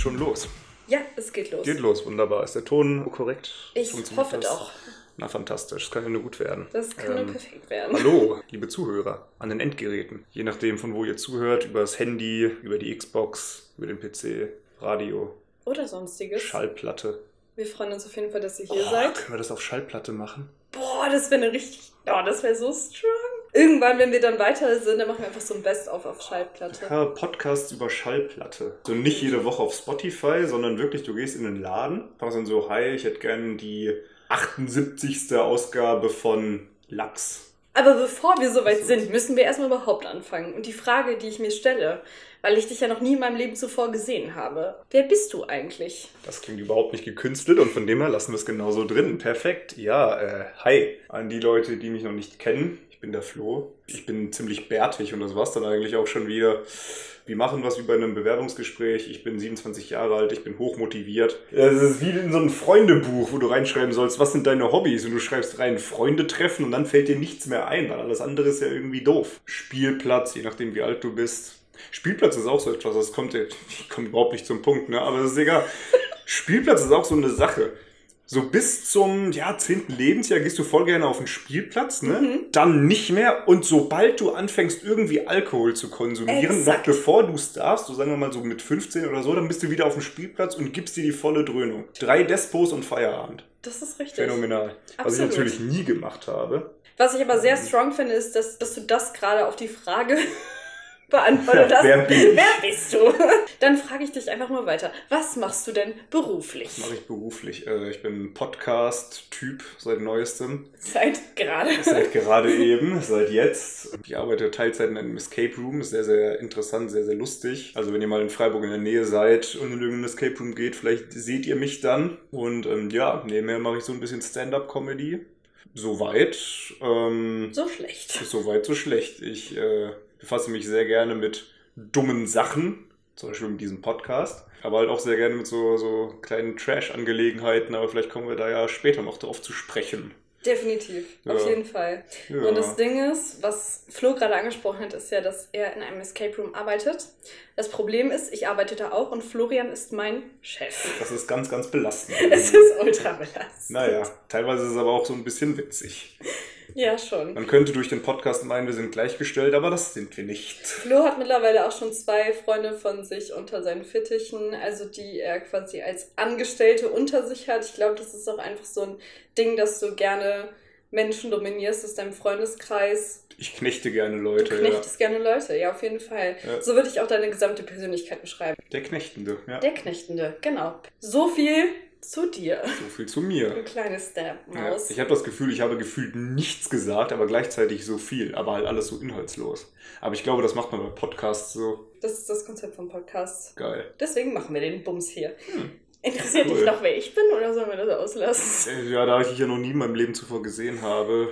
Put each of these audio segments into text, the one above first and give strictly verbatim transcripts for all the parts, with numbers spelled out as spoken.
schon los? Ja, es geht los. Geht los, wunderbar. Ist der Ton korrekt? Ich hoffe das? doch. Na, fantastisch. Das kann ja nur gut werden. Das kann ähm, nur perfekt werden. Hallo, liebe Zuhörer an den Endgeräten. Je nachdem, von wo ihr zuhört, über das Handy, über die Xbox, über den P C, Radio. Oder sonstiges. Schallplatte. Wir freuen uns auf jeden Fall, dass ihr hier oh, seid. Können wir das auf Schallplatte machen? Boah, das wäre eine richtig... Oh, das wäre so strong. Irgendwann, wenn wir dann weiter sind, dann machen wir einfach so ein Best-of auf Schallplatte. Ja, Podcasts über Schallplatte. So nicht jede Woche auf Spotify, sondern wirklich, du gehst in den Laden, sagst dann so, hi, ich hätte gerne die achtundsiebzigste Ausgabe von Lachs. Aber bevor wir soweit sind, müssen wir erstmal überhaupt anfangen. Und die Frage, die ich mir stelle, weil ich dich ja noch nie in meinem Leben zuvor gesehen habe, wer bist du eigentlich? Das klingt überhaupt nicht gekünstelt und von dem her lassen wir es genauso drin. Perfekt. Ja, äh, hi an die Leute, die mich noch nicht kennen. Ich bin der Flo. Ich bin ziemlich bärtig und das war's dann eigentlich auch schon wieder. Wir machen was wie bei einem Bewerbungsgespräch. Ich bin siebenundzwanzig Jahre alt, ich bin hochmotiviert. Es ist wie in so einem Freundebuch, wo du reinschreiben sollst, was sind deine Hobbys? Und du schreibst rein, Freunde treffen und dann fällt dir nichts mehr ein, weil alles andere ist ja irgendwie doof. Spielplatz, je nachdem wie alt du bist. Spielplatz ist auch so etwas, das kommt, ich komme überhaupt nicht zum Punkt, ne? Aber das ist egal. Spielplatz ist auch so eine Sache. So bis zum ja, zehnten Lebensjahr gehst du voll gerne auf den Spielplatz, ne? Mhm. Dann nicht mehr. Und sobald du anfängst, irgendwie Alkohol zu konsumieren, Exakt. noch bevor du es darfst, so sagen wir mal so mit fünfzehn oder so, dann bist du wieder auf dem Spielplatz und gibst dir die volle Dröhnung. Drei Despos und Feierabend. Das ist richtig. Phänomenal. Absolut. Was ich natürlich nie gemacht habe. Was ich aber sehr strong finde, ist, dass, dass du das gerade auf die Frage... beantwortet hast. Wer bin ich? Wer bist du? Dann frage ich dich einfach mal weiter. Was machst du denn beruflich? Was mache ich beruflich? Ich bin Podcast-Typ seit neuestem. Seit gerade? Seit gerade eben, seit jetzt. Ich arbeite Teilzeit in einem Escape Room. Ist sehr, sehr interessant, sehr, sehr lustig. Also wenn ihr mal in Freiburg in der Nähe seid und in irgendein Escape Room geht, vielleicht seht ihr mich dann. Und ähm, ja, nebenher mache ich so ein bisschen Stand-Up-Comedy. Soweit. Ähm, so schlecht. Soweit, so schlecht. Ich... Äh, befasse mich sehr gerne mit dummen Sachen, zum Beispiel mit diesem Podcast, aber halt auch sehr gerne mit so, so kleinen Trash-Angelegenheiten, aber vielleicht kommen wir da ja später noch drauf zu sprechen. Definitiv, ja. Auf jeden Fall. Ja. Und das Ding ist, was Flo gerade angesprochen hat, ist ja, dass er in einem Escape Room arbeitet. Das Problem ist, ich arbeite da auch und Florian ist mein Chef. Das ist ganz, ganz belastend. Es ist ultra belastend. Naja, teilweise ist es aber auch so ein bisschen witzig. Ja, schon. Man könnte durch den Podcast meinen, wir sind gleichgestellt, aber das sind wir nicht. Flo hat mittlerweile auch schon zwei Freunde von sich unter seinen Fittichen, also die er quasi als Angestellte unter sich hat. Ich glaube, das ist auch einfach so ein Ding, dass du gerne Menschen dominierst aus deinem Freundeskreis. Ich knechte gerne Leute, Du knechtest ja. gerne Leute, ja, auf jeden Fall. Ja. So würde ich auch deine gesamte Persönlichkeit beschreiben. Der Knechtende, ja. Der Knechtende, genau. So viel... zu dir. So viel zu mir. Ein kleines Stab-Maus. Ja, ich habe das Gefühl, ich habe gefühlt nichts gesagt, aber gleichzeitig so viel. Aber halt alles so inhaltslos. Aber ich glaube, das macht man bei Podcasts so. Das ist das Konzept von Podcasts. Geil. Deswegen machen wir den Bums hier. Hm. Interessiert cool. dich noch, wer ich bin, oder sollen wir das auslassen? Ja, da ich dich ja noch nie in meinem Leben zuvor gesehen habe.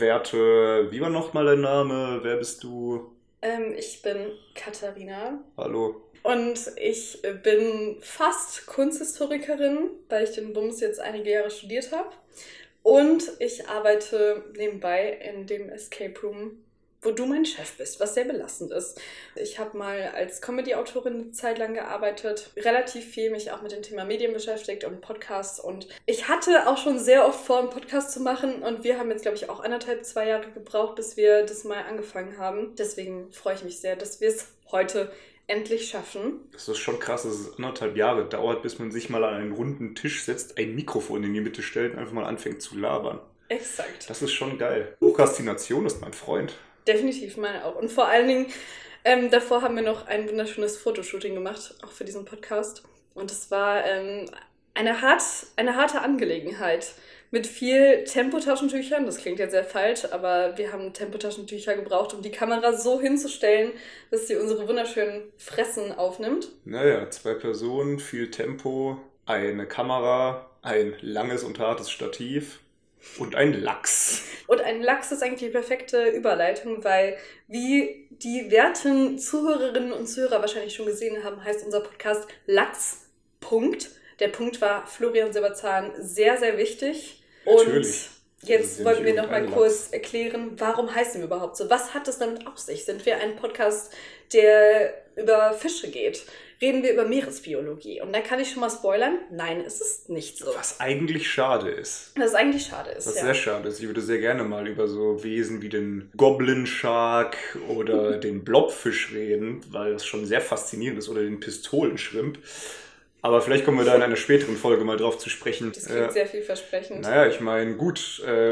Werte, wie war nochmal dein Name? Wer bist du? Ähm, ich bin Katharina. Hallo. Und ich bin fast Kunsthistorikerin, weil ich den Bums jetzt einige Jahre studiert habe. Und ich arbeite nebenbei in dem Escape Room, wo du mein Chef bist, was sehr belastend ist. Ich habe mal als Comedy-Autorin eine Zeit lang gearbeitet, relativ viel mich auch mit dem Thema Medien beschäftigt und Podcasts. Und ich hatte auch schon sehr oft vor, einen Podcast zu machen. Und wir haben jetzt, glaube ich, auch anderthalb, zwei Jahre gebraucht, bis wir das mal angefangen haben. Deswegen freue ich mich sehr, dass wir es heute endlich schaffen. Das ist schon krass, dass es anderthalb Jahre dauert, bis man sich mal an einen runden Tisch setzt, ein Mikrofon in die Mitte stellt und einfach mal anfängt zu labern. Exakt. Das ist schon geil. Prokrastination ist mein Freund. Definitiv, meine auch. Und vor allen Dingen, ähm, davor haben wir noch ein wunderschönes Fotoshooting gemacht, auch für diesen Podcast. Und es war ähm, eine, hart, eine harte Angelegenheit. Mit viel Tempotaschentüchern, das klingt jetzt sehr falsch, aber wir haben Tempotaschentücher gebraucht, um die Kamera so hinzustellen, dass sie unsere wunderschönen Fressen aufnimmt. Naja, zwei Personen, viel Tempo, eine Kamera, ein langes und hartes Stativ und ein Lachs. Und ein Lachs ist eigentlich die perfekte Überleitung, weil wie die werten Zuhörerinnen und Zuhörer wahrscheinlich schon gesehen haben, heißt unser Podcast Lachs. Punkt. Der Punkt war Florian Silberzahn sehr, sehr wichtig. Natürlich. Und jetzt wollten wir noch mal kurz erklären, warum heißen wir überhaupt so? Was hat es damit auf sich? Sind wir ein Podcast, der über Fische geht? reden wir über Meeresbiologie. Und da kann ich schon mal spoilern, nein, es ist nicht so. Was eigentlich schade ist. Was eigentlich schade ist, Was ja. sehr schade ist. Ich würde sehr gerne mal über so Wesen wie den Goblin Shark oder den Blobfisch reden, weil das schon sehr faszinierend ist. Oder den Pistolenschrimp. Aber vielleicht kommen wir da in einer späteren Folge mal drauf zu sprechen. Das klingt äh, sehr vielversprechend. Naja, ich meine, gut, äh,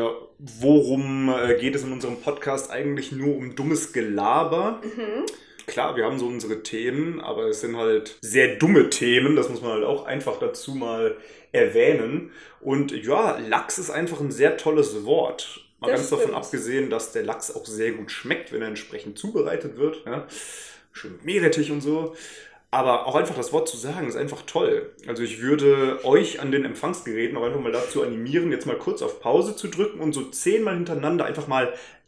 worum äh, geht es in unserem Podcast? Eigentlich nur um dummes Gelaber. Mhm. Klar, wir haben so unsere Themen, aber es sind halt sehr dumme Themen. Das muss man halt auch einfach dazu mal erwähnen. Und ja, Lachs ist einfach ein sehr tolles Wort. Mal Das ganz davon stimmt. abgesehen, dass der Lachs auch sehr gut schmeckt, wenn er entsprechend zubereitet wird. Ja? Schön mit Meerrettich und so. Aber auch einfach das Wort zu sagen, ist einfach toll. Also ich würde euch an den Empfangsgeräten auch einfach mal dazu animieren, jetzt mal kurz auf Pause zu drücken und so zehnmal hintereinander einfach mal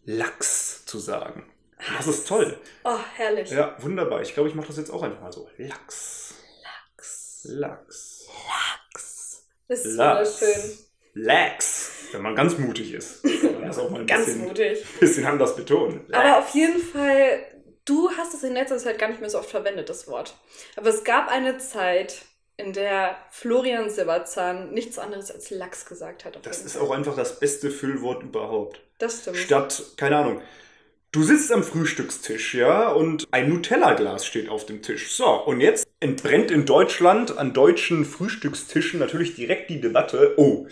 Lachs zu sagen. Das ist toll. Oh, herrlich. Ja, wunderbar. Ich glaube, ich mache das jetzt auch einfach mal so. Lachs. Lachs. Lachs. Lachs. Das ist Lachs. wunderschön. Lachs. Wenn man ganz mutig ist. Kann man das auch mal ein Ganz bisschen, mutig. bisschen anders betonen. Aber auf jeden Fall, du hast es in letzter Zeit gar nicht mehr so oft verwendet, das Wort. Aber es gab eine Zeit, in der Florian Silberzahn nichts anderes als Lachs gesagt hat. Auf Das jeden ist Fall. auch einfach das beste Füllwort überhaupt. Das stimmt. Statt, keine Ahnung, du sitzt am Frühstückstisch, ja, und ein Nutella-Glas steht auf dem Tisch. So, und jetzt entbrennt in Deutschland an deutschen Frühstückstischen natürlich direkt die Debatte, oh,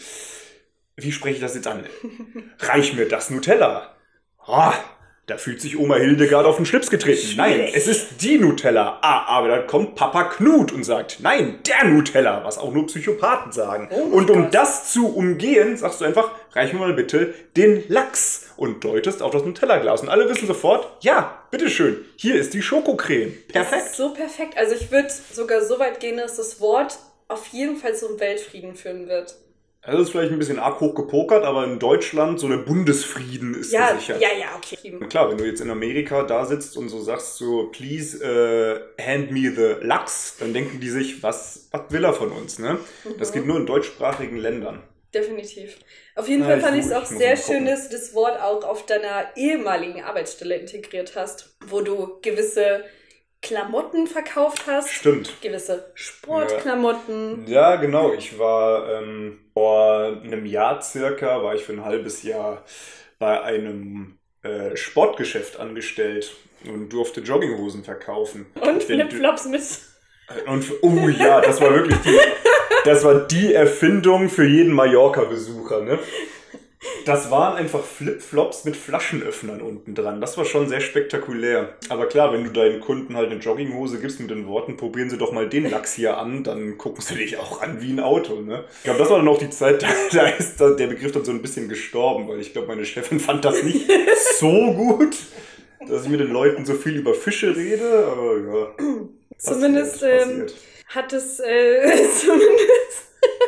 wie spreche ich das jetzt an? Reich mir das Nutella. Ah, da fühlt sich Oma Hildegard auf den Schlips getreten. Nein, Schwierig. es ist die Nutella. Ah, aber dann kommt Papa Knut und sagt, nein, der Nutella, was auch nur Psychopathen sagen. Oh mein und um Gott. das zu umgehen, sagst du einfach, reich mir mal bitte den Lachs und deutest auf das Nutella-Glas. Und alle wissen sofort, ja, bitteschön, hier ist die Schokocreme. Das ist Perfekt. so perfekt. Also ich würde sogar so weit gehen, dass das Wort auf jeden Fall zum Weltfrieden führen wird. Das ist vielleicht ein bisschen arg hoch gepokert, aber in Deutschland so der Bundesfrieden ist Ja, gesichert. ja, ja, okay. Na klar, wenn du jetzt in Amerika da sitzt und so sagst so, please uh, hand me the Lachs, dann denken die sich, was, was will er von uns, ne? Das geht nur in deutschsprachigen Ländern. Definitiv. Auf jeden Ah, Fall ich fand ich mu- es auch ich muss sehr mal gucken. schön, dass du das Wort auch auf deiner ehemaligen Arbeitsstelle integriert hast, wo du gewisse Klamotten verkauft hast, Stimmt. gewisse Sportklamotten. Ja, genau. Ich war ähm, vor einem Jahr circa, war ich für ein halbes Jahr bei einem äh, Sportgeschäft angestellt und durfte Jogginghosen verkaufen. Und Wenn du- Flipflops mit. Und, oh ja, das war wirklich die, das war die Erfindung für jeden Mallorca-Besucher, ne? Das waren einfach Flipflops mit Flaschenöffnern unten dran. Das war schon sehr spektakulär. Aber klar, wenn du deinen Kunden halt eine Jogginghose gibst mit den Worten, probieren sie doch mal den Lachs hier an, dann gucken sie dich auch an wie ein Auto, ne? Ich glaube, das war dann auch die Zeit, da, da ist da der Begriff dann so ein bisschen gestorben, weil ich glaube, meine Chefin fand das nicht so gut, dass ich mit den Leuten so viel über Fische rede, aber ja. Zumindest Passiert, ähm, passiert. hat es äh, zumindest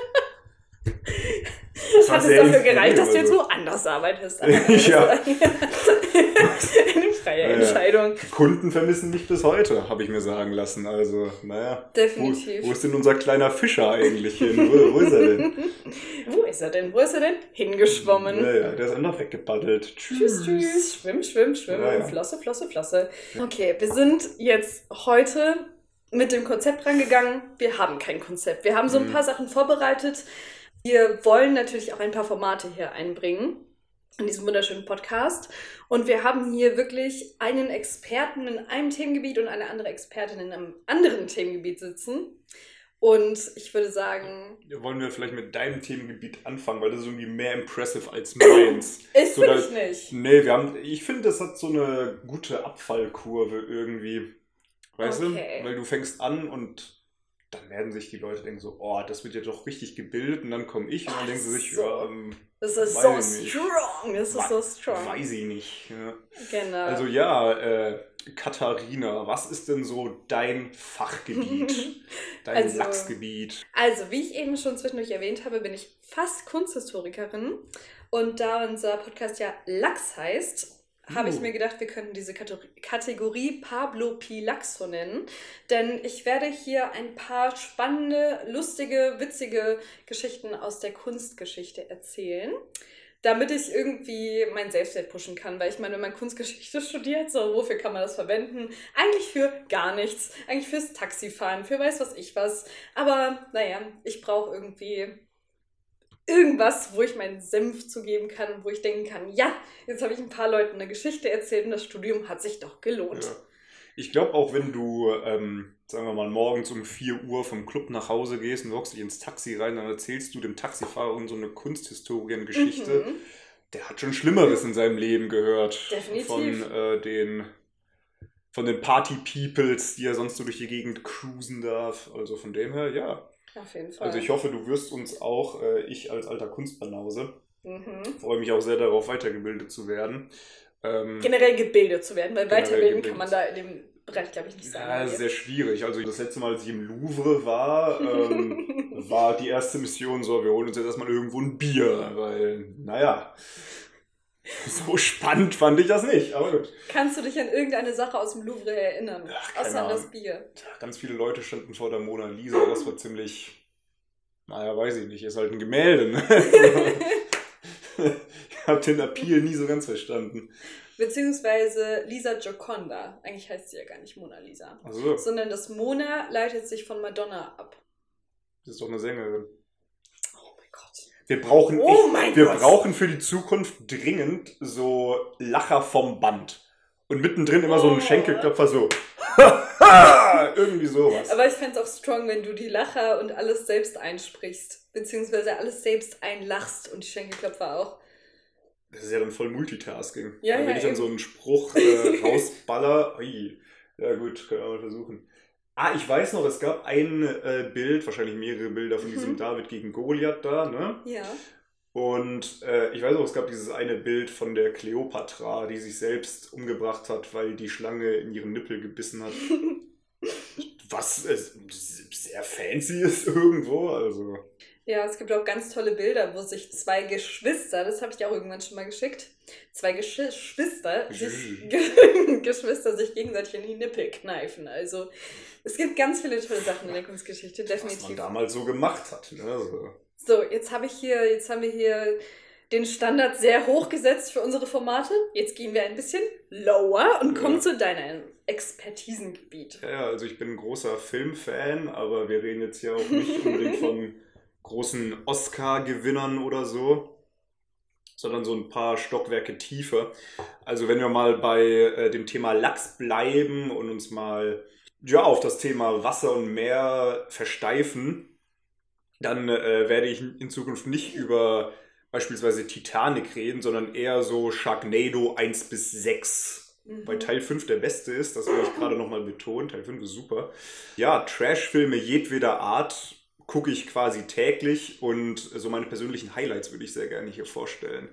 Das war hat es sehr dafür gereicht, dass du jetzt also. woanders arbeitest. Aber Ja. das ist eine freie Ja, ja. Entscheidung. Kunden vermissen mich bis heute, habe ich mir sagen lassen. Also, naja. Definitiv. Wo, wo ist denn unser kleiner Fischer eigentlich hin? Wo, wo ist er denn? Wo ist er denn? Wo ist er denn? Hingeschwommen. Ja, ja, der ist einfach weggepaddelt. Tschüss, tschüss. Schwimm, schwimm, schwimm. Ja, ja. Flosse, Flosse, Flosse. Okay, wir sind jetzt heute mit dem Konzept rangegangen. Wir haben kein Konzept. Wir haben so ein Mhm. paar Sachen vorbereitet. Wir wollen natürlich auch ein paar Formate hier einbringen in diesem wunderschönen Podcast. Und wir haben hier wirklich einen Experten in einem Themengebiet und eine andere Expertin in einem anderen Themengebiet sitzen. Und ich würde sagen, Wollen wir vielleicht mit deinem Themengebiet anfangen, weil das ist irgendwie mehr impressive als meins. ist So, finde da- ich nicht. Nee, wir haben, ich finde, das hat so eine gute Abfallkurve irgendwie. Weißt Okay. du? Weil du fängst an und dann werden sich die Leute denken so, oh, das wird ja doch richtig gebildet und dann komme ich und Oh, dann denken sie das sich, ist so- ja, ähm, Das ist Weiß so ich nicht. strong. Das ist so strong. weiß ich nicht. Ja. Genau. Also ja, äh, Katharina, was ist denn so dein Fachgebiet, dein Also- Lachsgebiet? Also, wie ich eben schon zwischendurch erwähnt habe, bin ich fast Kunsthistorikerin. Und da unser Podcast ja Lachs heißt, habe ich Uh. mir gedacht, wir könnten diese Kategor- Kategorie Pablo Pi Laxo nennen. Denn ich werde hier ein paar spannende, lustige, witzige Geschichten aus der Kunstgeschichte erzählen. damit ich irgendwie mein Selbstwert pushen kann. Weil ich meine, wenn man Kunstgeschichte studiert, so, wofür kann man das verwenden? Eigentlich für gar nichts. Eigentlich fürs Taxifahren, für weiß was ich was. Aber naja, ich brauche irgendwie irgendwas, wo ich meinen Senf zugeben kann und wo ich denken kann, ja, jetzt habe ich ein paar Leuten eine Geschichte erzählt und das Studium hat sich doch gelohnt. Ja. Ich glaube auch, wenn du, ähm, sagen wir mal, morgens um vier Uhr vom Club nach Hause gehst und hockst dich ins Taxi rein, dann erzählst du dem Taxifahrer irgend so eine Kunsthistoriengeschichte. Mhm. Der hat schon Schlimmeres in seinem Leben gehört. Definitiv. Von äh, den, von den Party-Peoples, die er sonst so durch die Gegend cruisen darf. Also von dem her, ja. Auf jeden Fall. Also ich hoffe, du wirst uns auch, äh, ich als alter Kunstbanause, Mhm. freue mich auch sehr darauf, weitergebildet zu werden. Ähm, Generell gebildet zu werden, weil Generell weiterbilden gebildet. kann man da in dem Bereich, glaube ich, nicht sagen. Ja, sehr schwierig. Also das letzte Mal, als ich im Louvre war, ähm, war die erste Mission so, wir holen uns jetzt erstmal irgendwo ein Bier, weil, naja, so spannend fand ich das nicht, aber gut. Kannst du dich an irgendeine Sache aus dem Louvre erinnern? Ach, keine Außer an das Ahnung. Bier. Tja, ganz viele Leute standen vor der Mona Lisa, das war ziemlich, naja, weiß ich nicht, ist halt ein Gemälde, ne? Ich habe den Appeal nie so ganz verstanden. Beziehungsweise Lisa Gioconda. Eigentlich heißt sie ja gar nicht Mona Lisa. Ach so, Sondern das Mona leitet sich von Madonna ab. das ist doch eine Sängerin. Oh mein Gott. Wir brauchen, Oh echt, mein wir Gott. brauchen für die Zukunft dringend so Lacher vom Band. Und mittendrin immer so ein Oh. Schenkelklopfer so. Irgendwie sowas. Aber ich fände es auch strong, wenn du die Lacher und alles selbst einsprichst. Beziehungsweise alles selbst einlachst und die Schenkelklopfer auch. Das ist ja dann voll Multitasking. Ja, Weil wenn ja, ich dann eben. so einen Spruch äh, rausballer, ui, ja gut, können wir mal versuchen. Ah, ich weiß noch, es gab ein äh, Bild, wahrscheinlich mehrere Bilder von diesem Mhm. David gegen Goliath da, ne? Ja. Und äh, ich weiß auch, es gab dieses eine Bild von der Kleopatra, die sich selbst umgebracht hat, weil die Schlange in ihren Nippel gebissen hat. Was äh, sehr fancy ist irgendwo, also. Ja, es gibt auch ganz tolle Bilder, wo sich zwei Geschwister, das habe ich dir auch irgendwann schon mal geschickt, zwei Gesch Geschwister, sich, Geschwister sich gegenseitig in die Nippel kneifen. Also es gibt ganz viele tolle Sachen in der Kunstgeschichte, Was man definitiv. damals so gemacht hat. Ne? Also. So, jetzt habe ich hier, jetzt haben wir hier den Standard sehr hoch gesetzt für unsere Formate. Jetzt gehen wir ein bisschen lower und kommen Ja. zu deinem Expertisengebiet. Ja, ja, also ich bin ein großer Filmfan, aber wir reden jetzt hier auch nicht unbedingt von großen Oscar-Gewinnern oder so, sondern so ein paar Stockwerke tiefer. Also wenn wir mal bei äh, dem Thema Lachs bleiben und uns mal ja, auf das Thema Wasser und Meer versteifen, dann äh, werde ich in Zukunft nicht über beispielsweise Titanic reden, sondern eher so Sharknado eins bis sechs. Mhm. Weil Teil fünf der beste ist, das will ich gerade nochmal betonen. Teil fünf ist super. Ja, Trash-Filme jedweder Art gucke ich quasi täglich und so meine persönlichen Highlights würde ich sehr gerne hier vorstellen.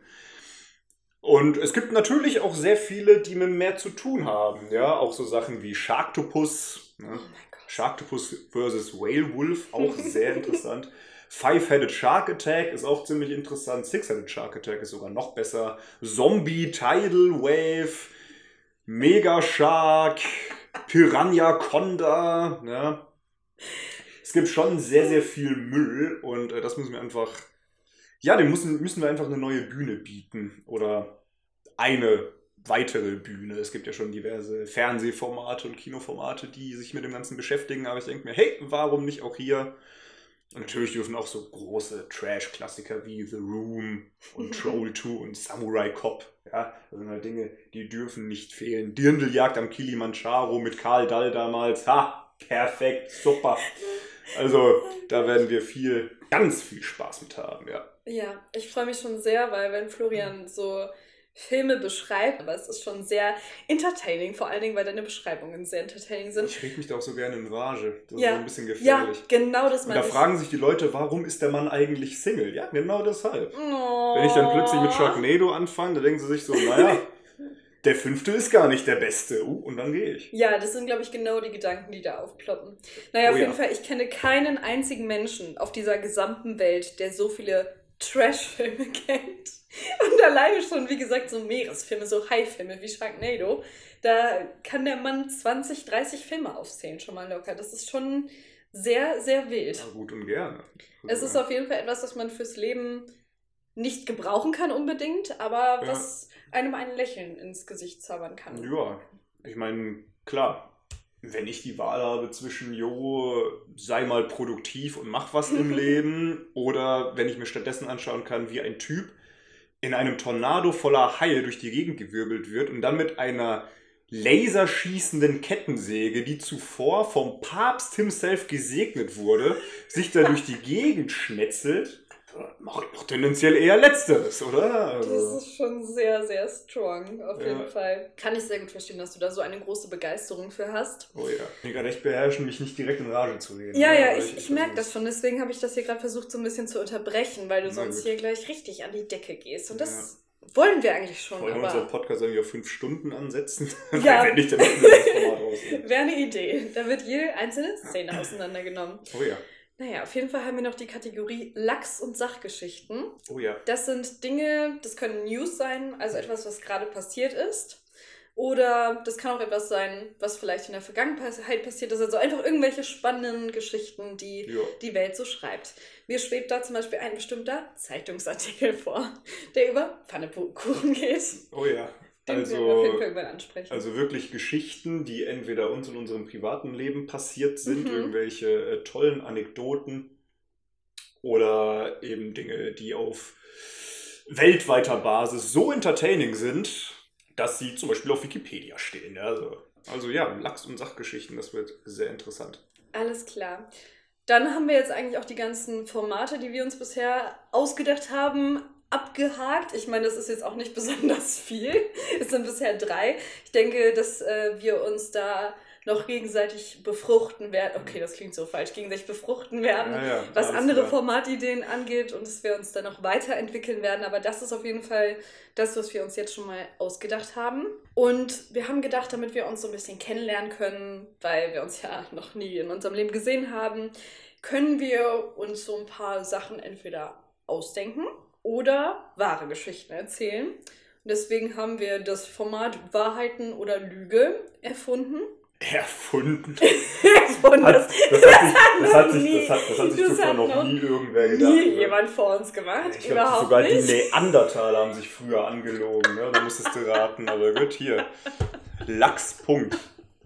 Und es gibt natürlich auch sehr viele, die mit mehr zu tun haben. Ja, auch so Sachen wie Sharktopus, Oh ne? mein Gott. Sharktopus versus Whale Wolf, auch sehr interessant. Five-Headed Shark Attack ist auch ziemlich interessant. Six-Headed Shark Attack ist sogar noch besser. Zombie Tidal Wave, Mega Shark, Piranha Conda. Ne? Es gibt schon sehr, sehr viel Müll und äh, das müssen wir einfach, ja, dem müssen, müssen wir einfach eine neue Bühne bieten oder eine weitere Bühne. Es gibt ja schon diverse Fernsehformate und Kinoformate, die sich mit dem Ganzen beschäftigen, aber ich denke mir, hey, warum nicht auch hier? Und natürlich dürfen auch so große Trash-Klassiker wie The Room und Troll zwei und Samurai Cop, ja, das sind halt Dinge, die dürfen nicht fehlen. Dirndljagd am Kilimanjaro mit Karl Dall damals, ha, perfekt, super. Also da werden wir viel, ganz viel Spaß mit haben, ja. Ja, ich freue mich schon sehr, weil wenn Florian so Filme beschreibt, aber es ist schon sehr entertaining, vor allen Dingen, weil deine Beschreibungen sehr entertaining sind. Ich reg mich da auch so gerne in Rage. Das Ja. ist so ein bisschen Ja, gefährlich. genau das Und meine da ich. fragen sich die Leute, warum ist der Mann eigentlich Single? Ja, genau deshalb. Oh. Wenn ich dann plötzlich mit Sharknado anfange, dann denken sie sich so, naja, der fünfte ist gar nicht der beste. Uh, und dann gehe ich. Ja, das sind, glaube ich, genau die Gedanken, die da aufploppen. Naja, auf Oh jeden ja. Fall, ich kenne keinen einzigen Menschen auf dieser gesamten Welt, der so viele Trash-Filme kennt. Und alleine schon, wie gesagt, so Meeresfilme, so Hai-Filme wie Sharknado, da kann der Mann zwanzig, dreißig Filme aufzählen, schon mal locker. Das ist schon sehr, sehr wild. Ja, gut und gerne. Es ist auf jeden Fall etwas, was man fürs Leben nicht gebrauchen kann unbedingt, aber Ja. was einem ein Lächeln ins Gesicht zaubern kann. Ja, ich meine, klar, wenn ich die Wahl habe zwischen, jo, sei mal produktiv und mach was im Leben, oder wenn ich mir stattdessen anschauen kann, wie ein Typ in einem Tornado voller Haie durch die Gegend gewirbelt wird und dann mit einer laserschießenden Kettensäge, die zuvor vom Papst himself gesegnet wurde, sich da durch die Gegend schnetzelt, mache ich doch tendenziell eher Letzteres, oder? Das Also, ist schon sehr, sehr strong, auf Ja. jeden Fall. Kann ich sehr gut verstehen, dass du da so eine große Begeisterung für hast. oh ja. Ich kann echt beherrschen, mich nicht direkt in Rage zu reden. Ja, ne? ja, Aber ich, ich merke das schon. Deswegen habe ich das hier gerade versucht, so ein bisschen zu unterbrechen, weil du Na sonst gut. hier gleich richtig an die Decke gehst. Und das wollen wir eigentlich schon. Wollen wir unseren Aber Podcast irgendwie auf fünf Stunden ansetzen? Ja. Wenn nicht, dann machen wir das Format raus. wäre eine Idee. Da wird jede einzelne Szene auseinandergenommen. Oh ja. Naja, auf jeden Fall haben wir noch die Kategorie Lachs- und Sachgeschichten. Oh ja. Das sind Dinge, das können News sein, also etwas, was gerade passiert ist. Oder das kann auch etwas sein, was vielleicht in der Vergangenheit passiert ist. Also einfach irgendwelche spannenden Geschichten, die Ja. die Welt so schreibt. Mir schwebt da zum Beispiel ein bestimmter Zeitungsartikel vor, der über Pfannkuchen geht. Oh ja. Den werden wir auf jeden Fall Also, irgendwann ansprechen. also wirklich Geschichten, die entweder uns in unserem privaten Leben passiert sind, Mhm. irgendwelche äh, tollen Anekdoten oder eben Dinge, die auf weltweiter Basis so entertaining sind, dass sie zum Beispiel auf Wikipedia stehen. Ja, also, also ja, Lachs- und Sachgeschichten, das wird sehr interessant. Alles klar. Dann haben wir jetzt eigentlich auch die ganzen Formate, die wir uns bisher ausgedacht haben, abgehakt. Ich meine, das ist jetzt auch nicht besonders viel. Es sind bisher drei. Ich denke, dass äh, wir uns da noch gegenseitig befruchten werden. Okay, das klingt so falsch. Gegenseitig befruchten werden, Ja, ja, was alles andere klar. Formatideen angeht und dass wir uns dann noch weiterentwickeln werden. Aber das ist auf jeden Fall das, was wir uns jetzt schon mal ausgedacht haben. Und wir haben gedacht, damit wir uns so ein bisschen kennenlernen können, weil wir uns ja noch nie in unserem Leben gesehen haben, können wir uns so ein paar Sachen entweder ausdenken oder wahre Geschichten erzählen. Und deswegen haben wir das Format Wahrheiten oder Lüge erfunden. Erfunden. Erfunden. Hat, das, hat sich, das, hat sich, nie- das, hat, das hat sich das zuvor hat noch noch nie irgendwer gedacht. Nie ne? jemand vor uns gemacht. Ich glaube, Überhaupt sogar nicht. die Neandertaler haben sich früher angelogen. Ne? Da musstest du raten. Aber gut, hier. Lachs, Punkt.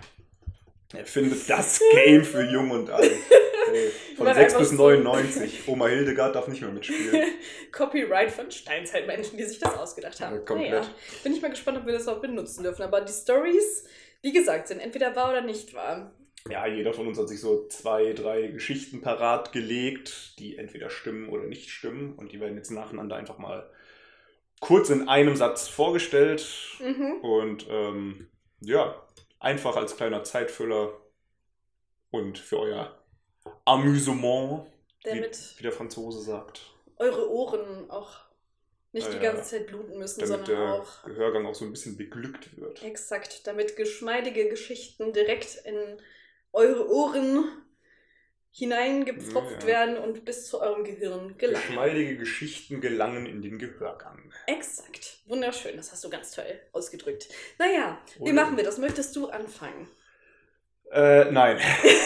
Er findet das Game für Jung und Alt. Hey, von War sechs einfach bis so. neunundneunzig. Oma Hildegard darf nicht mehr mitspielen. Copyright von Steinzeitmenschen, die sich das ausgedacht haben. Ja, komplett. Naja, bin ich mal gespannt, ob wir das auch benutzen dürfen. Aber die Stories, wie gesagt, sind entweder wahr oder nicht wahr. Ja, jeder von uns hat sich so zwei, drei Geschichten parat gelegt, die entweder stimmen oder nicht stimmen. Und die werden jetzt nacheinander einfach mal kurz in einem Satz vorgestellt. Mhm. Und ähm, ja, einfach als kleiner Zeitfüller und für euer Amüsement, wie, Damit wie der Franzose sagt. eure Ohren auch nicht Ja, die ja. ganze Zeit bluten müssen, Damit sondern der auch Gehörgang auch so ein bisschen beglückt wird. exakt, damit geschmeidige Geschichten direkt in eure Ohren hineingepfropft Ja, ja. werden und bis zu eurem Gehirn gelangen. Geschmeidige Geschichten gelangen in den Gehörgang. Exakt. Wunderschön, das hast du ganz toll ausgedrückt. Naja, wie Oder- machen wir das? Möchtest du anfangen? Äh, nein.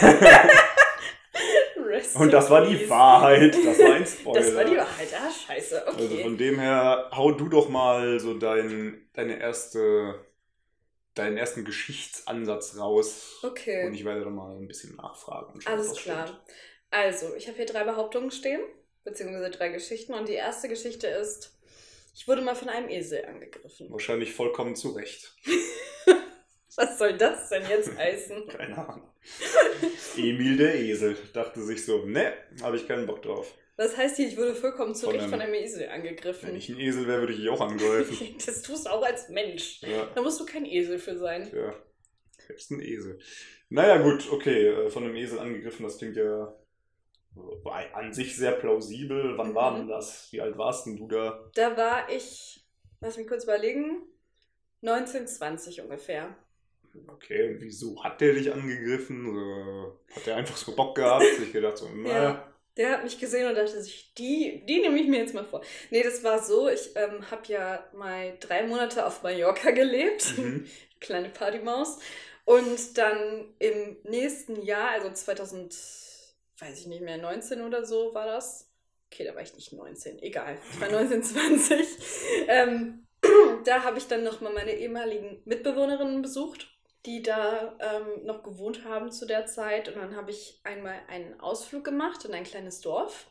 Rest Und das war die in peace. Wahrheit. Das war ein Spoiler. Das war die Wahrheit. Ah, scheiße. Okay. Also von dem her, hau du doch mal so dein, deine erste, deinen ersten Geschichtsansatz raus. okay. Und ich werde dann mal ein bisschen nachfragen. und schauen, Alles was klar. stimmt. Also, ich habe hier drei Behauptungen stehen, beziehungsweise drei Geschichten. Und die erste Geschichte ist, ich wurde mal von einem Esel angegriffen. Wahrscheinlich vollkommen zu Recht. Was soll das denn jetzt heißen? Keine Ahnung. Emil der Esel dachte sich so, ne, habe ich keinen Bock drauf. Was heißt hier, ich wurde vollkommen zu Von Recht einem- von einem Esel Wenn angegriffen? ich ein Esel wäre, würde ich dich auch angreifen. Das tust du auch als Mensch. Ja, Da musst du kein Esel für sein. ja. Selbst ein Esel. Naja, gut, okay. äh, Von einem Esel angegriffen, das klingt ja äh, an sich sehr plausibel. Wann war Mhm. denn das? Wie alt warst denn du da? Da war ich, lass mich kurz überlegen, neunzehn, zwanzig ungefähr. Okay, und wieso hat der dich angegriffen? Äh, Hat der einfach so Bock gehabt? Ich gedacht so, na, Ja. Der hat mich gesehen und dachte sich, die, die nehme ich mir jetzt mal vor. Nee, das war so, ich ähm, habe ja mal drei Monate auf Mallorca gelebt. mhm. Kleine Partymaus. Und dann im nächsten Jahr, also zweitausend, weiß ich nicht mehr, neunzehn oder so war das. okay, da war ich nicht neunzehn, egal, ich war neunzehn, zwanzig. Ähm, da habe ich dann nochmal meine ehemaligen Mitbewohnerinnen besucht, die da ähm, noch gewohnt haben zu der Zeit. Und dann habe ich einmal einen Ausflug gemacht in ein kleines Dorf.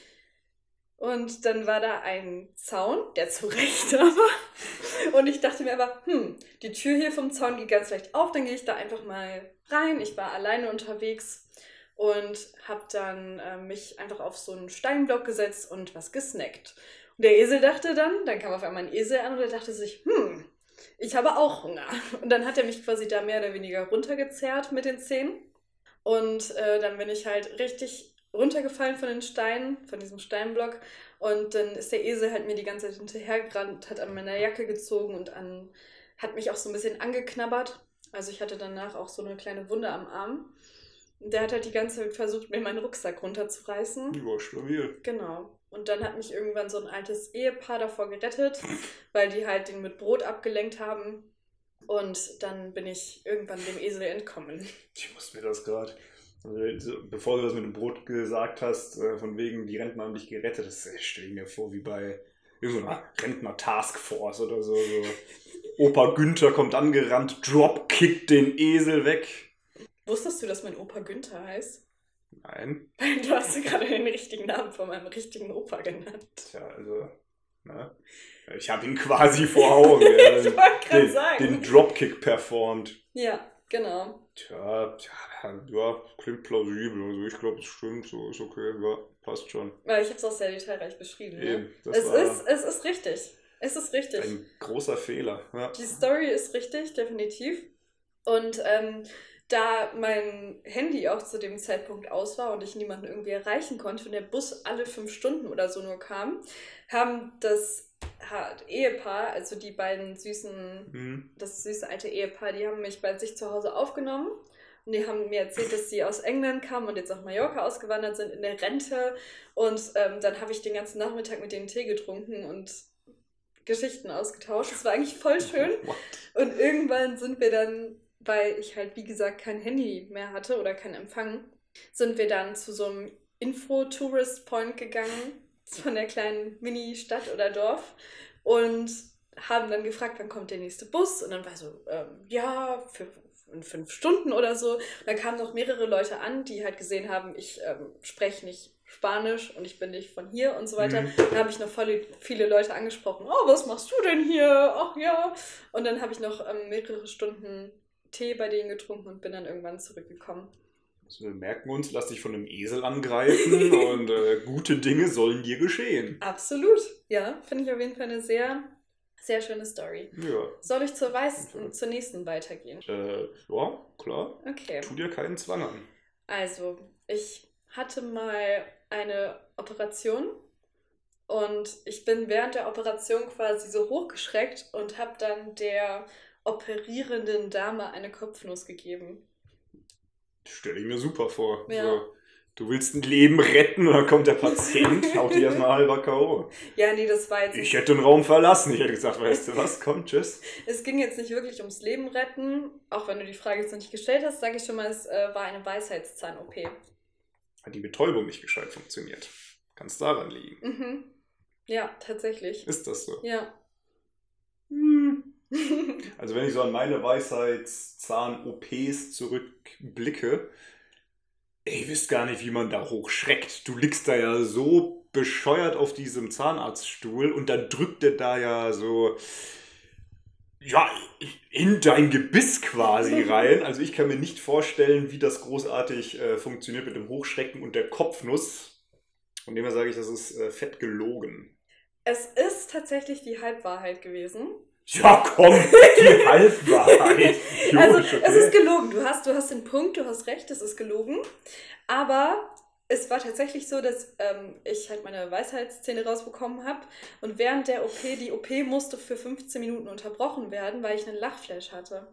Und dann war da ein Zaun, der zu Recht da war. Und ich dachte mir aber, hm, die Tür hier vom Zaun geht ganz leicht auf, dann gehe ich da einfach mal rein. Ich war alleine unterwegs und habe dann äh, mich einfach auf so einen Steinblock gesetzt und was gesnackt. Und der Esel dachte dann, dann kam auf einmal ein Esel an und der dachte sich, hm, ich habe auch Hunger. Und dann hat er mich quasi da mehr oder weniger runtergezerrt mit den Zähnen. Und äh, dann bin ich halt richtig runtergefallen von den Steinen, von diesem Steinblock. Und dann ist der Esel halt mir die ganze Zeit hinterhergerannt, hat an meiner Jacke gezogen und an, hat mich auch so ein bisschen angeknabbert. Also ich hatte danach auch so eine kleine Wunde am Arm. Und der hat halt die ganze Zeit versucht, mir meinen Rucksack runterzureißen. Ja, stabil. Genau. Und dann hat mich irgendwann so ein altes Ehepaar davor gerettet, weil die halt den mit Brot abgelenkt haben. Und dann bin ich irgendwann dem Esel entkommen. Ich muss mir das gerade... Also, bevor du das mit dem Brot gesagt hast, von wegen, die Rentner haben dich gerettet, das stelle ich mir vor wie bei irgendeiner Rentner-Taskforce oder so, so. Opa Günther kommt angerannt, dropkickt den Esel weg. Wusstest du, dass mein Opa Günther heißt? Nein. Du hast gerade den richtigen Namen von meinem richtigen Opa genannt. Tja, also, ne? Ich habe ihn quasi vor Augen. Ja, ich wollte gerade sagen. Den Dropkick performt. Ja, genau. Tja, tja, ja, klingt plausibel. Also ich glaube, es stimmt, so ist okay, ja, passt schon. Weil ich habe es auch sehr detailreich beschrieben. Eben, ne? das es, war ist, es ist richtig. Es ist richtig. Ein großer Fehler. Ja. Die Story ist richtig, definitiv. Und ähm, da mein Handy auch zu dem Zeitpunkt aus war und ich niemanden irgendwie erreichen konnte und der Bus alle fünf Stunden oder so nur kam, haben das Ehepaar, also die beiden süßen, mhm. das süße alte Ehepaar, die haben mich bei sich zu Hause aufgenommen und die haben mir erzählt, dass sie aus England kamen und jetzt nach Mallorca ausgewandert sind in der Rente und ähm, dann habe ich den ganzen Nachmittag mit denen Tee getrunken und Geschichten ausgetauscht. Das war eigentlich voll schön. Und irgendwann sind wir dann, weil ich halt wie gesagt kein Handy mehr hatte oder keinen Empfang, sind wir dann zu so einem Info-Tourist-Point gegangen von der kleinen Mini-Stadt oder Dorf und haben dann gefragt, wann kommt der nächste Bus und dann war so, ähm, ja, für, in fünf Stunden oder so. Und dann kamen noch mehrere Leute an, die halt gesehen haben, ich ähm, spreche nicht Spanisch und ich bin nicht von hier und so weiter. Mhm. Dann habe ich noch voll viele Leute angesprochen, oh, was machst du denn hier? Ach ja. Und dann habe ich noch ähm, mehrere Stunden Tee bei denen getrunken und bin dann irgendwann zurückgekommen. Also wir merken uns, lass dich von einem Esel angreifen und äh, gute Dinge sollen dir geschehen. Absolut, ja, finde ich auf jeden Fall eine sehr, sehr schöne Story. Ja. Soll ich zur, Weiß- zur nächsten weitergehen? Äh, ja, klar. Okay. Tu dir keinen Zwang an. Also, ich hatte mal eine Operation und ich bin während der Operation quasi so hochgeschreckt und habe dann der operierenden Dame eine Kopfnuss gegeben. Stelle ich mir super vor. Ja. So, du willst ein Leben retten und dann kommt der Patient, haut dich erstmal halber K O. Ja, nee, das war jetzt... Ich hätte den Raum verlassen. Ich hätte gesagt, weißt du was, komm, tschüss. Es ging jetzt nicht wirklich ums Leben retten. Auch wenn du die Frage jetzt noch nicht gestellt hast, sage ich schon mal, es äh, war eine Weisheitszahn-O P. Hat die Betäubung nicht gescheit funktioniert. Kann es daran liegen. Mhm. Ja, tatsächlich. Ist das so? Ja. Hm. Also wenn ich so an meine Weisheitszahn-O Ps zurückblicke, ich wüsste gar nicht, wie man da hochschreckt. Du liegst da ja so bescheuert auf diesem Zahnarztstuhl und dann drückt der da ja so ja, in dein Gebiss quasi rein. Also ich kann mir nicht vorstellen, wie das großartig äh, funktioniert mit dem Hochschrecken und der Kopfnuss. Von dem her sage ich, das ist äh, fett gelogen. Es ist tatsächlich die Halbwahrheit gewesen. Ja, komm, die Halbwahrheit. Also, okay. Es ist gelogen. Du hast, du hast den Punkt, du hast recht, es ist gelogen. Aber es war tatsächlich so, dass ähm, ich halt meine Weisheitszähne rausbekommen habe. Und während der O P, die O P musste für fünfzehn Minuten unterbrochen werden, weil ich einen Lachflash hatte.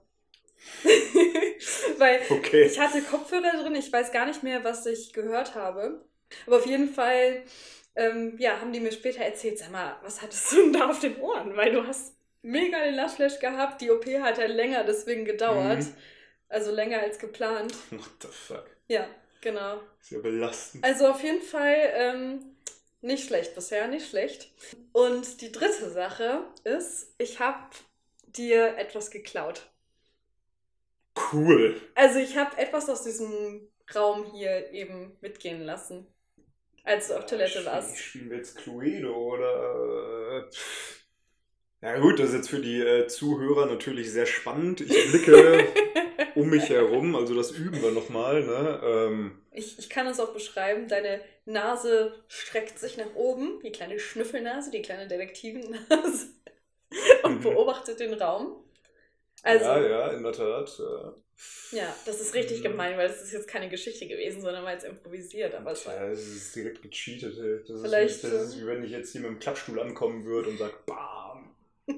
Weil okay. Ich hatte Kopfhörer drin, ich weiß gar nicht mehr, was ich gehört habe. Aber auf jeden Fall ähm, ja, haben die mir später erzählt, sag mal, was hattest du denn da auf den Ohren? Weil du hast mega den Lachflash gehabt, die O P hat ja länger deswegen gedauert. Mhm. Also länger als geplant. What the fuck? Ja, genau. Ist ja belastend. Also auf jeden Fall ähm, Nicht schlecht bisher, nicht schlecht. Und die dritte Sache ist, ich habe dir etwas geklaut. Cool. Also ich habe etwas aus diesem Raum hier eben mitgehen lassen, als du auf Toilette Spiel- warst. Spielen wir jetzt Cluedo oder... äh, Ja gut, das ist jetzt für die äh, Zuhörer natürlich sehr spannend. Ich blicke um mich herum, also das üben wir nochmal. Ne? Ähm, Ich, ich kann es auch beschreiben, deine Nase streckt sich nach oben, die kleine Schnüffelnase, die kleine Detektivennase und Mhm. beobachtet den Raum. Also, ja, ja, ja, in der Tat. Ja. das ist richtig Mhm. gemein, weil das ist jetzt keine Geschichte gewesen, sondern war jetzt improvisiert. Aber es Tja, war, das ist direkt gecheatet. ey. Das ist, Vielleicht, wie, das ist wie wenn ich jetzt hier mit dem Klappstuhl ankommen würde und sage, bam.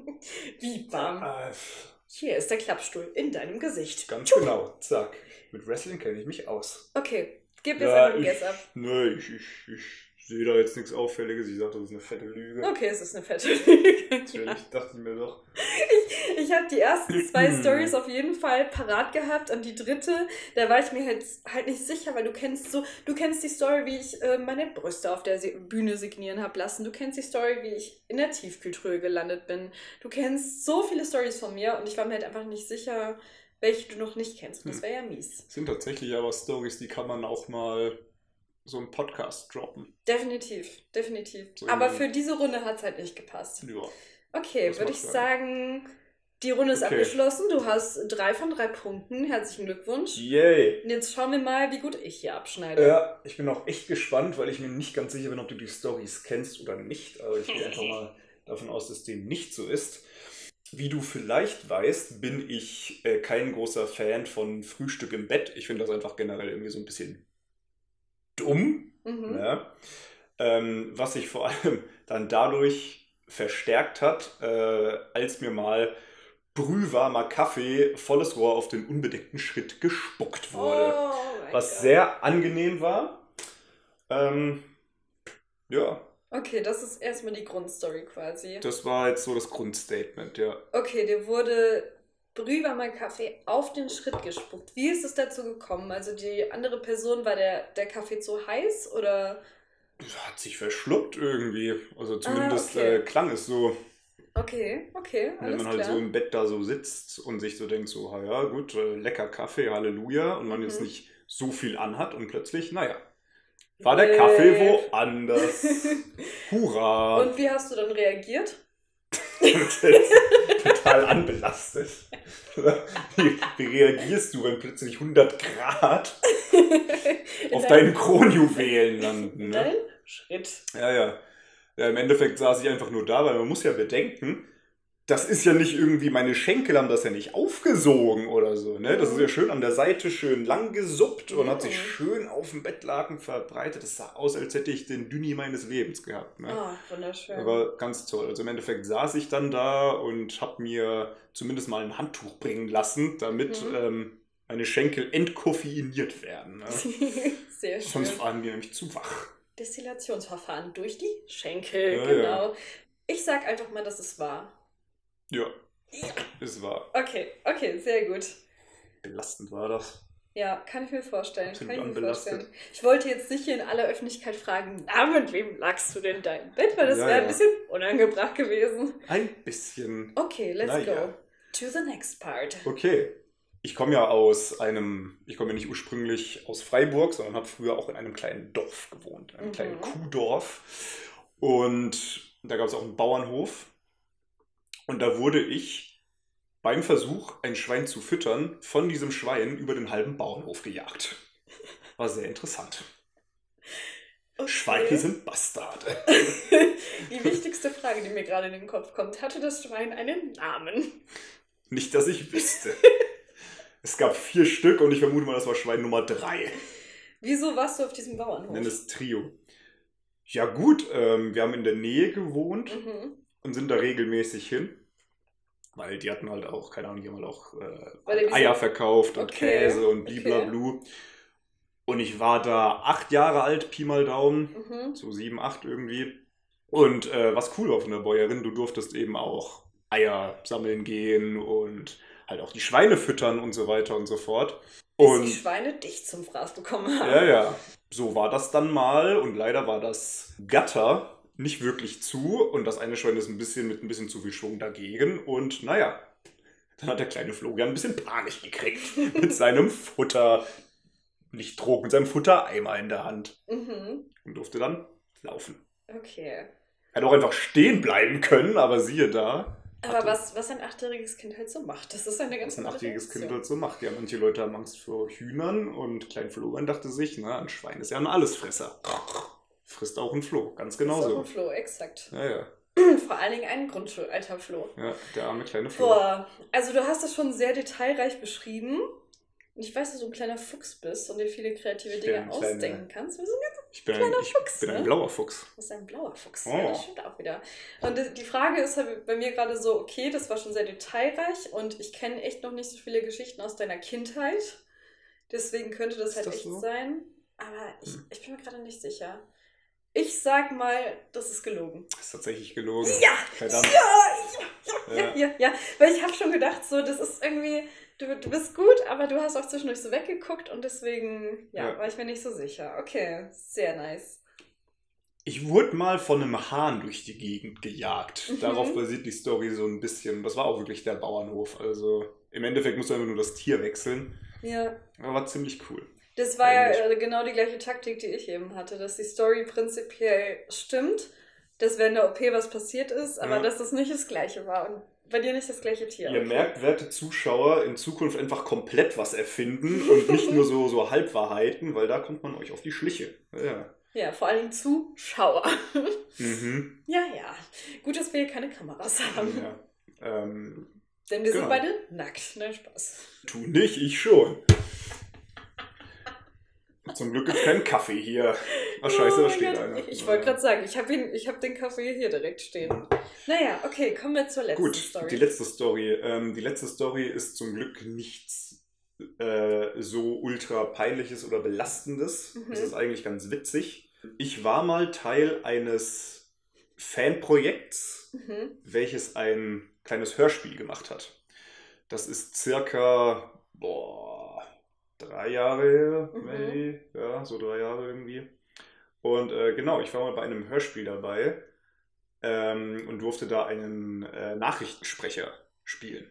wie bam. Ah, Hier ist der Klappstuhl in deinem Gesicht. ganz genau, zack. Mit Wrestling kenne ich mich aus. Okay, gib jetzt Ja, einfach einen ich, Guess ab. nö, ich, ich, ich sehe da jetzt nichts Auffälliges. Ich sage, das ist eine fette Lüge. Okay, es ist eine fette Lüge. Natürlich, dachte ich mir doch. Ich habe die ersten zwei Stories auf jeden Fall parat gehabt und die dritte, da war ich mir halt, halt nicht sicher, weil du kennst so, du kennst die Story, wie ich äh, meine Brüste auf der Si- Bühne signieren habe lassen. Du kennst die Story, wie ich in der Tiefkühltruhe gelandet bin. Du kennst so viele Stories von mir und ich war mir halt einfach nicht sicher, welche du noch nicht kennst. Und das Hm. wäre ja mies. Sind tatsächlich aber Stories, die kann man auch mal so im Podcast droppen. Definitiv, definitiv. So Aber jemand- für diese Runde hat es halt nicht gepasst. Ja. Okay, Das würde macht ich Sinn. sagen, die Runde ist Okay. abgeschlossen. Du hast drei von drei Punkten. Herzlichen Glückwunsch. Yay! Und jetzt schauen wir mal, wie gut ich hier abschneide. Ja, ich bin auch echt gespannt, weil ich mir nicht ganz sicher bin, ob du die Stories kennst oder nicht. Aber ich gehe einfach mal davon aus, dass dem nicht so ist. Wie du vielleicht weißt, bin ich äh, kein großer Fan von Frühstück im Bett. Ich finde das einfach generell irgendwie so ein bisschen dumm. Mhm. Ne? Ähm, was sich vor allem dann dadurch verstärkt hat, äh, als mir mal brühwarmer Kaffee volles Rohr auf den unbedeckten Schritt gespuckt wurde. Oh mein Was Gott. sehr angenehm war. Ähm, ja, Okay, das ist erstmal die Grundstory quasi. das war jetzt so das Grundstatement, ja. Okay, dir wurde brühwarmer Kaffee auf den Schritt gespuckt. Wie ist es dazu gekommen? Also die andere Person, war der, der Kaffee zu heiß oder... Hat sich verschluckt irgendwie. Also zumindest okay. äh, klang es so. Okay, okay, Wenn alles man halt klar. so im Bett da so sitzt und sich so denkt, so, "Ah ja, gut, äh, lecker Kaffee, Halleluja." Und man jetzt Mhm. nicht so viel anhat und plötzlich, naja, war der Yay. Kaffee woanders. Hurra! Und wie hast du dann reagiert? Total anbelastet. Wie, wie reagierst du, wenn plötzlich hundert Grad In auf deinem- deinen Kronjuwelen landen? In Ne? deinem Schritt. Ja, ja. Ja, im Endeffekt saß ich einfach nur da, weil man muss ja bedenken, das ist ja nicht irgendwie, meine Schenkel haben das ja nicht aufgesogen oder so, ne? Das ist ja schön an der Seite schön lang gesuppt und hat sich Mhm. schön auf dem Bettlaken verbreitet. Das sah aus, als hätte ich den Dünni meines Lebens gehabt, ne? Ah, wunderschön. Aber ganz toll. Also im Endeffekt saß ich dann da und habe mir zumindest mal ein Handtuch bringen lassen, damit Mhm. ähm, meine Schenkel entkoffeiniert werden. Ne? Sehr schön. Sonst waren die nämlich zu wach. Destillationsverfahren durch die Schenkel, Ja, genau. Ich sag einfach mal, dass es war. Ja, es war Okay, okay, sehr gut. belastend, war das. Ja, kann ich mir vorstellen. Absolut Kann ich mir anbelastet. vorstellen. Ich wollte jetzt nicht hier in aller Öffentlichkeit fragen, na, mit wem lagst du denn da im Bett? Weil das Ja, wäre ja. ein bisschen unangebracht gewesen. Ein bisschen. Okay, let's Na go. ja. To the next part. Okay. Ich komme ja aus einem, ich komme ja nicht ursprünglich aus Freiburg, sondern habe früher auch in einem kleinen Dorf gewohnt, in einem Mhm. kleinen Kuhdorf. Und da gab es auch einen Bauernhof. Und da wurde ich beim Versuch, ein Schwein zu füttern, von diesem Schwein über den halben Bauernhof gejagt. War sehr interessant. Okay. Schweine sind Bastarde. Die wichtigste Frage, die mir gerade in den Kopf kommt, hatte das Schwein einen Namen? Nicht, dass ich wüsste. Es gab vier Stück und ich vermute mal, das war Schwein Nummer drei. Wieso warst du auf diesem Bauernhof? Nenn es Trio. Ja gut, ähm, wir haben in der Nähe gewohnt Mhm. und sind da regelmäßig hin. Weil die hatten halt auch, keine Ahnung, die haben halt auch Weil die äh, Eier verkauft und Okay, Käse und bliblablu. Und ich war da acht Jahre alt, Pi mal Daumen. Mhm. So sieben, acht irgendwie. Und äh, was cool war von der Bäuerin, du durftest eben auch Eier sammeln gehen und halt auch die Schweine füttern und so weiter und so fort. Bis Und die Schweine dich zum Fraß bekommen haben. ja, ja. so war das dann mal und leider war das Gatter nicht wirklich zu und das eine Schwein ist ein bisschen mit ein bisschen zu viel Schwung dagegen und naja, dann hat der kleine Florian ein bisschen Panik gekriegt mit seinem Futter, nicht Trog, mit seinem Futtereimer in der Hand Mhm. und durfte dann laufen. Okay. Er hätte auch einfach stehen bleiben können, aber siehe da. Aber hatte- was, was ein achtjähriges Kind halt so macht, das ist eine ganz Was ein andere achtjähriges Kind Reaktion. halt so macht. Ja, manche Leute haben Angst vor Hühnern und Klein Florian dachte sich, na, ein Schwein ist ja ein Allesfresser. Frisst auch ein Floh, ganz genau Das ist auch so. ein Floh, exakt. Ja, ja, Vor allen Dingen ein Grundschulalter Floh. ja, der arme kleine Floh. Boah, also du hast das schon sehr detailreich beschrieben. Und ich weiß, dass du ein kleiner Fuchs bist und dir viele kreative Ich bin Dinge ein kleiner- ausdenken kannst. Wir sind ganz Ich bin, ein, kleiner ich Fuchs, bin ein ne? blauer Fuchs. Du bist ein blauer Fuchs. Oh. Ja, das stimmt auch wieder. Und das- die Frage ist halt bei mir gerade so, okay, das war schon sehr detailreich und ich kenne echt noch nicht so viele Geschichten aus deiner Kindheit. Deswegen könnte das Ist halt das echt so? sein. Aber ich, Hm. ich bin mir gerade nicht sicher. Ich sag mal, das ist gelogen. Das ist tatsächlich gelogen. Ja! Verdammt. Ja, ja, ja, Ja. ja, ja. Weil ich habe schon gedacht, so, das ist irgendwie, du, du bist gut, aber du hast auch zwischendurch so weggeguckt und deswegen, ja, Ja. war ich mir nicht so sicher. Okay, sehr nice. Ich wurde mal von einem Hahn durch die Gegend gejagt. Mhm. Darauf basiert die Story so ein bisschen. Das war auch wirklich der Bauernhof. Also im Endeffekt musst du einfach nur das Tier wechseln. Ja. Aber war ziemlich cool. Das war ja Eigentlich. äh, genau die gleiche Taktik, die ich eben hatte, dass die Story prinzipiell stimmt, dass während der O P was passiert ist, aber Ja. dass das nicht das gleiche war und bei dir nicht das gleiche Tier. Ihr Okay. merkt, werte Zuschauer, in Zukunft einfach komplett was erfinden und nicht nur so, so Halbwahrheiten, weil da kommt man euch auf die Schliche. Ja. Ja, vor allem Zuschauer. Mhm. Ja, ja. Gut, dass wir hier keine Kameras haben. Ja. Ähm, Denn wir Genau. sind beide nackt. Nein, Spaß. tu nicht, ich schon. Zum Glück gibt's keinen Kaffee hier. Ach scheiße, Oh da mein steht Gott. einer. Ich wollte gerade sagen, ich habe hab den Kaffee hier direkt stehen. Naja, okay, kommen wir zur letzten Gut, Story. die letzte Story. Ähm, die letzte Story ist zum Glück nichts äh, so ultra peinliches oder belastendes. Mhm. Es ist eigentlich ganz witzig. Ich war mal Teil eines Fanprojekts, Mhm. welches ein kleines Hörspiel gemacht hat. Das ist circa, boah, drei Jahre her, Mhm. maybe. Ja, so drei Jahre irgendwie. Und äh, genau, ich war mal bei einem Hörspiel dabei ähm, und durfte da einen äh, Nachrichtensprecher spielen.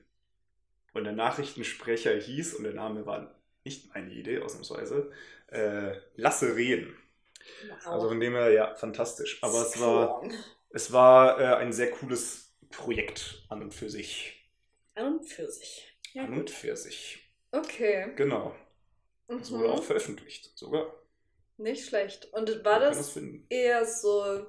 Und der Nachrichtensprecher hieß, und der Name war nicht meine Idee, ausnahmsweise, äh, Lasse Reden. Wow. Also von dem her, ja, fantastisch. Aber es war, Strong. es war äh, ein sehr cooles Projekt an und für sich. An und für sich. Ja, An und gut. für sich. Okay. Genau. Das wurde auch Mhm. veröffentlicht, sogar. Nicht schlecht. Und war Man kann das das finden. eher so.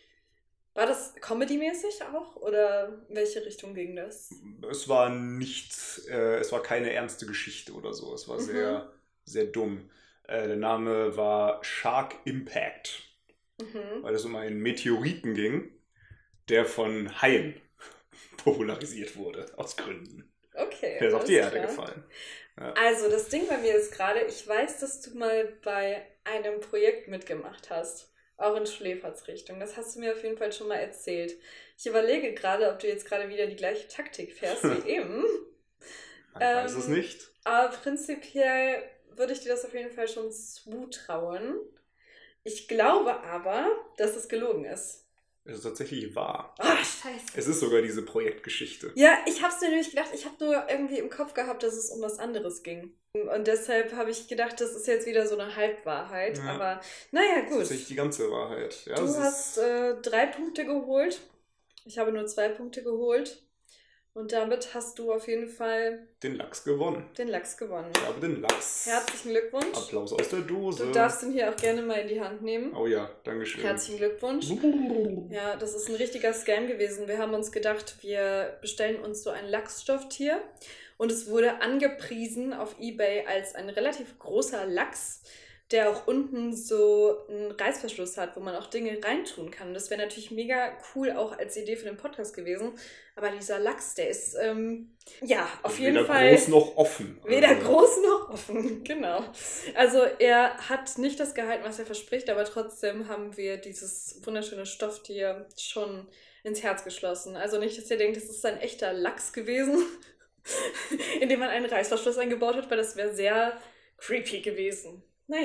War das comedy-mäßig auch? Oder in welche Richtung ging das? Es war nicht, äh, es war keine ernste Geschichte oder so. Es war Mhm. sehr, sehr dumm. Äh, der Name war Shark Impact, Mhm. weil es um einen Meteoriten ging, der von Haien popularisiert wurde, aus Gründen. Okay. Der ist auf alles die Erde klar. gefallen. Also, das Ding bei mir ist gerade, ich weiß, dass du mal bei einem Projekt mitgemacht hast. Auch in Schläferz-Richtung. Das hast du mir auf jeden Fall schon mal erzählt. Ich überlege gerade, ob du jetzt gerade wieder die gleiche Taktik fährst wie eben. Man weiß es Ähm, nicht. Aber prinzipiell würde ich dir das auf jeden Fall schon zutrauen. Ich glaube aber, dass es gelogen ist. Es ist tatsächlich wahr. Ah, scheiße. Es ist sogar diese Projektgeschichte. Ja, ich hab's mir nämlich gedacht, ich habe nur irgendwie im Kopf gehabt, dass es um was anderes ging. Und deshalb habe ich gedacht, das ist jetzt wieder so eine Halbwahrheit. Ja. Aber naja, Das ist gut. tatsächlich die ganze Wahrheit. Ja, Du es hast ist, äh, drei Punkte geholt. Ich habe nur zwei Punkte geholt. Und damit hast du auf jeden Fall den Lachs gewonnen. den Lachs gewonnen. Ich habe den Lachs. Herzlichen Glückwunsch. Applaus aus der Dose. Du darfst ihn hier auch gerne mal in die Hand nehmen. Oh ja, Dankeschön. Herzlichen Glückwunsch. Ja, das ist ein richtiger Scam gewesen. Wir haben uns gedacht, wir bestellen uns so ein Lachsstofftier. Und es wurde angepriesen auf eBay als ein relativ großer Lachs, der auch unten so einen Reißverschluss hat, wo man auch Dinge reintun kann. Das wäre natürlich mega cool auch als Idee für den Podcast gewesen. Aber dieser Lachs, der ist, ähm, ja, auf jeden Weder Fall... groß noch offen. Weder Also, groß noch offen, genau. Also er hat nicht das gehalten, was er verspricht, aber trotzdem haben wir dieses wunderschöne Stofftier schon ins Herz geschlossen. Also nicht, dass ihr denkt, das ist ein echter Lachs gewesen, in dem man einen Reißverschluss eingebaut hat, weil das wäre sehr creepy gewesen. Naja,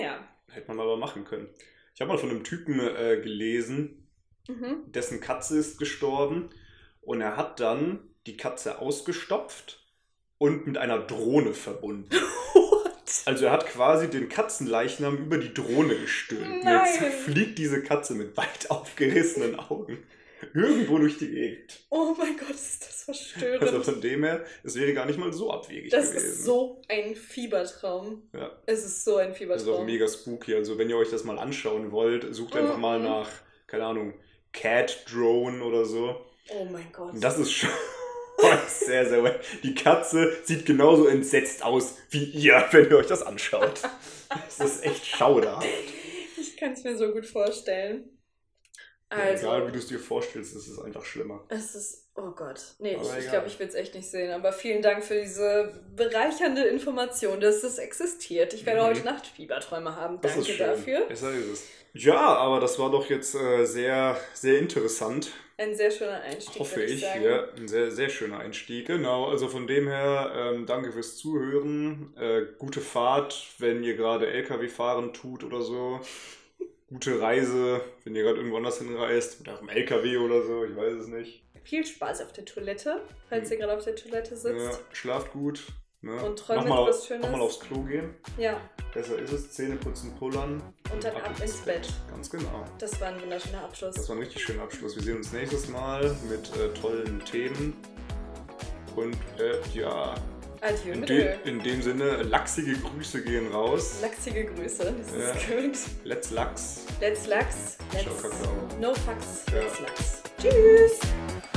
Hätte man aber machen können. Ich habe mal von einem Typen äh, gelesen, Mhm. dessen Katze ist gestorben und er hat dann die Katze ausgestopft und mit einer Drohne verbunden. What? Also er hat quasi den Katzenleichnam über die Drohne gestülpt. Und jetzt Nein. fliegt diese Katze mit weit aufgerissenen Augen irgendwo durch die Gegend. Oh mein Gott, ist das verstörend. Also von dem her, es wäre gar nicht mal so abwegig Das gewesen. ist so ein Fiebertraum. Ja. Es ist so ein Das Fiebertraum. ist auch mega spooky. Also wenn ihr euch das mal anschauen wollt, sucht einfach mal Mhm. nach, keine Ahnung, Cat Drone oder so. Oh mein Gott. Und das ist schon sehr, sehr weit. Die Katze sieht genauso entsetzt aus wie ihr, wenn ihr euch das anschaut. Das ist echt schauderhaft. Ich kann es mir so gut vorstellen. Also, Egal wie du es dir vorstellst, es ist einfach schlimmer. es ist, oh Gott. Nee, Aber ich, ich egal. glaube, ich will es echt nicht sehen. Aber vielen Dank für diese bereichernde Information, dass es existiert. Ich werde Mhm. heute Nacht Fieberträume haben. Das Danke ist schön. dafür. Besser ist es. Ja, aber das war doch jetzt äh, sehr, sehr interessant. Ein sehr schöner Einstieg, Hoffe würde ich, ich. sagen. Ja, ein sehr, sehr schöner Einstieg. Genau, also von dem her, ähm, danke fürs Zuhören. Äh, gute Fahrt, wenn ihr gerade L K W fahren tut oder so. Gute Reise, wenn ihr gerade irgendwo anders hinreist. Mit eurem L K W oder so, ich weiß es nicht. Viel Spaß auf der Toilette, falls ihr gerade auf der Toilette sitzt. Ja, schlaft gut. Ne? Und träumt Nochmal- was Schönes. Nochmal aufs Klo gehen. Ja, Besser ist es. Zähne putzen, pullern. und dann ab ins Bett. Ganz genau. Das war ein wunderschöner Abschluss. Das war ein richtig schöner Abschluss. Wir sehen uns nächstes Mal mit äh, tollen Themen. Und äh, ja, Adieu in, mit de Öl. in dem Sinne, lachsige Grüße gehen raus. Lachsige Grüße, das Ja. ist gut. Let's Lachs. Let's Lachs. Let's Ciao, Kakao. No Fucks. Ja. Let's Lachs. Tschüss.